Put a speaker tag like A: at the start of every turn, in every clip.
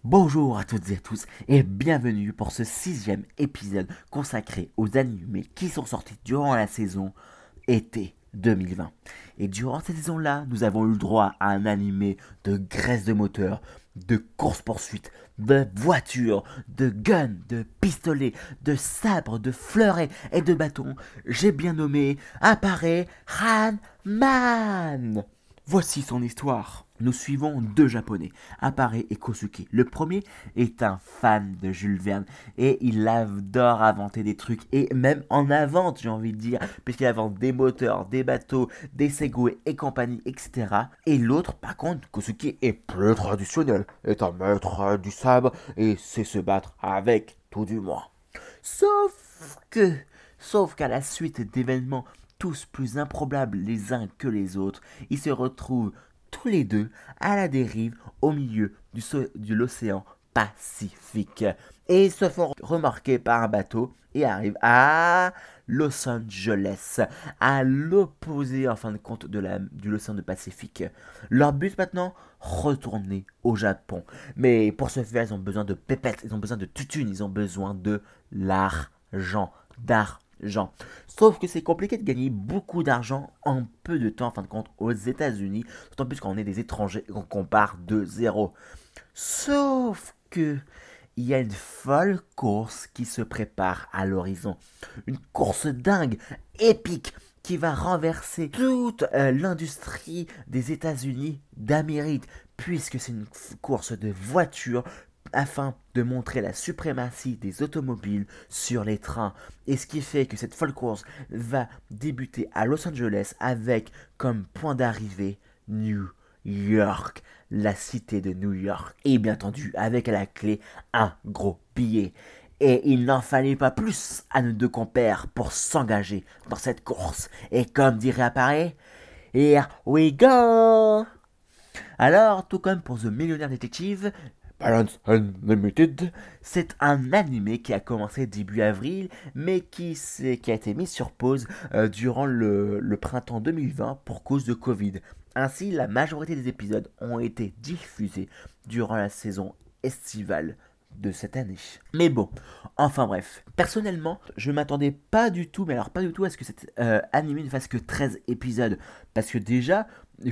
A: Bonjour à toutes et à tous et bienvenue pour ce 6e épisode consacré aux animés qui sont sortis durant la saison été 2020. Et durant cette saison-là, nous avons eu le droit à un animé de graisse de moteur, de course-poursuite, de voitures, de guns, de pistolets, de sabres, de fleurets et de bâtons. J'ai bien nommé apparaît Ranman. Voici son histoire. Nous suivons deux japonais, Appare et Kosuke. Le premier est un fan de Jules Verne et il adore inventer des trucs et même en invente, j'ai envie de dire, puisqu'il invente des moteurs, des bateaux, des segways et compagnie, etc. Et l'autre, par contre, Kosuke est plus traditionnel, est un maître du sabre et sait se battre avec, tout du moins. Sauf que, sauf qu'à la suite d'événements tous plus improbables les uns que les autres, ils se retrouvent tous les deux à la dérive au milieu de l'océan Pacifique. Et ils se font remarquer par un bateau et arrivent à Los Angeles, à l'opposé en fin de compte de l'océan Pacifique. Leur but maintenant, retourner au Japon. Mais pour ce faire, ils ont besoin de pépettes, ils ont besoin de tutunes, ils ont besoin de d'argent. Sauf que c'est compliqué de gagner beaucoup d'argent en peu de temps, en fin de compte, aux États-Unis, d'autant plus quand on est des étrangers et qu'on part de zéro. Sauf que il y a une folle course qui se prépare à l'horizon. Une course dingue, épique, qui va renverser toute l'industrie des États-Unis d'Amérique, puisque c'est une course de voitures afin de montrer la suprématie des automobiles sur les trains. Et ce qui fait que cette folle course va débuter à Los Angeles avec comme point d'arrivée New York, la cité de New York. Et bien entendu, avec à la clé un gros billet. Et il n'en fallait pas plus à nos deux compères pour s'engager dans cette course. Et comme dirait Appareil, here we go! Alors, tout comme pour The Millionaire Detective, Balance Unlimited, c'est un animé qui a commencé début avril, mais qui a été mis sur pause durant le printemps 2020 pour cause de Covid. Ainsi, la majorité des épisodes ont été diffusés durant la saison estivale de cette année. Mais bon, enfin bref. Personnellement, je m'attendais pas du tout, mais alors pas du tout à ce que cet animé ne fasse que 13 épisodes. Parce que déjà,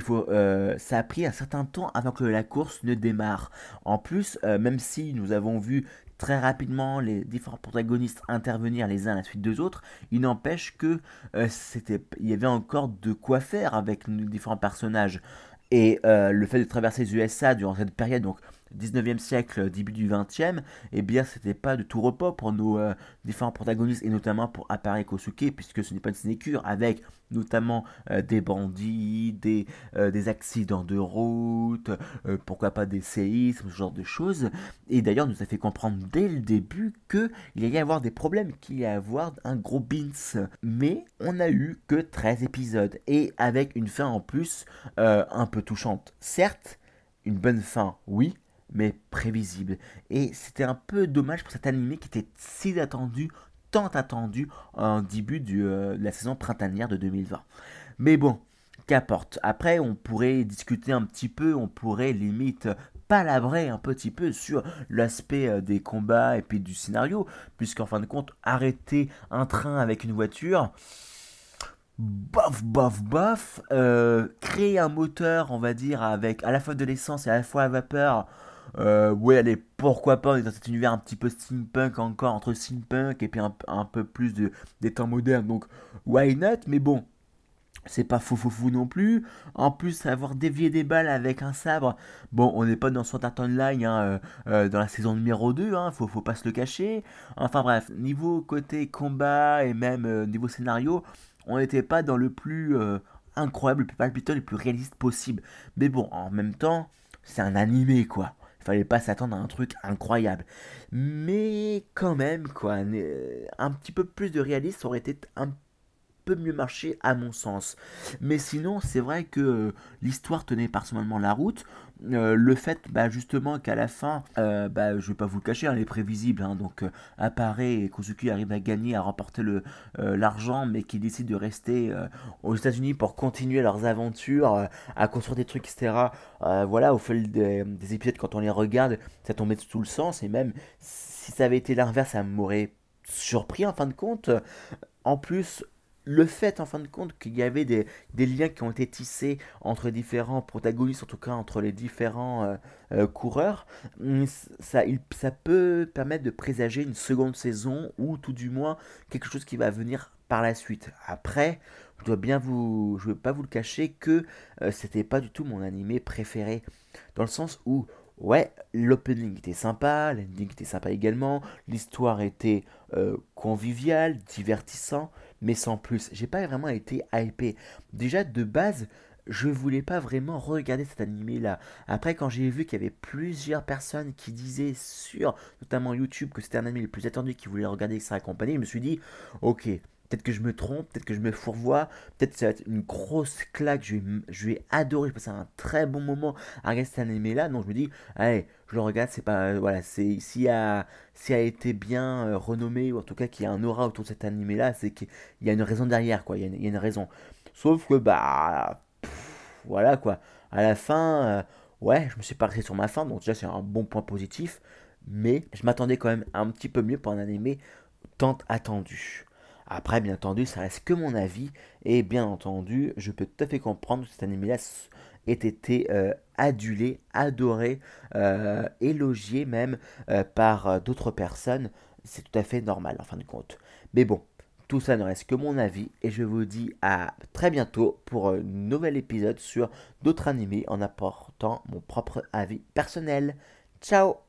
A: ça a pris un certain temps avant que la course ne démarre. En plus, même si nous avons vu très rapidement les différents protagonistes intervenir les uns à la suite des autres, il n'empêche que il y avait encore de quoi faire avec nos différents personnages. Et le fait de traverser les USA durant cette période, donc 19e siècle, début du 20e, eh bien, c'était pas de tout repos pour nos différents protagonistes, et notamment pour Appare Kosuke, puisque ce n'est pas une sinécure, avec notamment des bandits, des accidents de route, pourquoi pas des séismes, ce genre de choses. Et d'ailleurs, nous a fait comprendre dès le début qu'il allait y avoir des problèmes, qu'il allait y avoir un gros bins. Mais on n'a eu que 13 épisodes, et avec une fin en plus un peu touchante. Certes, une bonne fin, oui, mais prévisible. Et c'était un peu dommage pour cet animé qui était si attendu, tant attendu en début de la saison printanière de 2020. Mais bon, qu'importe. Après, on pourrait discuter un petit peu, on pourrait limite palabrer un petit peu sur l'aspect des combats et puis du scénario, puisqu'en fin de compte, arrêter un train avec une voiture, bof, bof, bof, créer un moteur, on va dire, avec à la fois de l'essence et à la fois à vapeur. Ouais, allez, pourquoi pas, on est dans cet univers un petit peu steampunk encore, entre steampunk et puis un peu plus des temps modernes, donc why not, mais bon, c'est pas fou fou fou non plus. En plus, avoir dévié des balles avec un sabre, bon, on n'est pas dans Sword Art Online hein, dans la saison numéro 2, hein, faut pas se le cacher. Enfin bref, niveau côté combat et même niveau scénario, on n'était pas dans le plus incroyable, le plus palpitant, le plus réaliste possible. Mais bon, en même temps, c'est un animé quoi. Il fallait pas s'attendre à un truc incroyable. Mais quand même, quoi, un petit peu plus de réalisme aurait été un peu mieux marché à mon sens. Mais sinon, c'est vrai que l'histoire tenait personnellement la route. Le fait justement qu'à la fin, je vais pas vous le cacher, hein, elle est prévisible, hein, donc apparaît et Kozuki arrive à gagner, à remporter l'argent, mais qui décide de rester aux États-Unis pour continuer leurs aventures, à construire des trucs, etc. Voilà, au fil des épisodes, quand on les regarde, ça tombait sous le sens, et même si ça avait été l'inverse, ça m'aurait surpris en fin de compte. En plus, le fait en fin de compte qu'il y avait des liens qui ont été tissés entre différents protagonistes, en tout cas entre les différents coureurs, ça peut permettre de présager une seconde saison ou tout du moins quelque chose qui va venir par la suite. Après, je ne vais pas vous le cacher que c'était pas du tout mon animé préféré, dans le sens où ouais, l'opening était sympa, l'ending était sympa également, l'histoire était conviviale, divertissant, mais sans plus. J'ai pas vraiment été hypé. Déjà de base, je voulais pas vraiment regarder cet animé là. Après, quand j'ai vu qu'il y avait plusieurs personnes qui disaient sur notamment YouTube que c'était un animé le plus attendu, qui voulaient regarder ça accompagné, je me suis dit, ok, peut-être que je me trompe, peut-être que je me fourvoie, peut-être que ça va être une grosse claque, je vais adorer, je passe un très bon moment à regarder cet animé là, donc je me dis, allez, je le regarde, c'est pas, voilà, c'est, s'il a été bien renommé, ou en tout cas qu'il y a un aura autour de cet animé là, c'est qu'il y a une raison derrière, quoi, il y a une raison. Sauf que, voilà, quoi, à la fin, ouais, je me suis pas resté sur ma fin, donc déjà c'est un bon point positif, mais je m'attendais quand même un petit peu mieux pour un animé tant attendu. Après, bien entendu, ça reste que mon avis, et bien entendu, je peux tout à fait comprendre que cet animé-là ait été adulé, adoré, élogié même par d'autres personnes. C'est tout à fait normal en fin de compte. Mais bon, tout ça ne reste que mon avis, et je vous dis à très bientôt pour un nouvel épisode sur d'autres animés en apportant mon propre avis personnel. Ciao!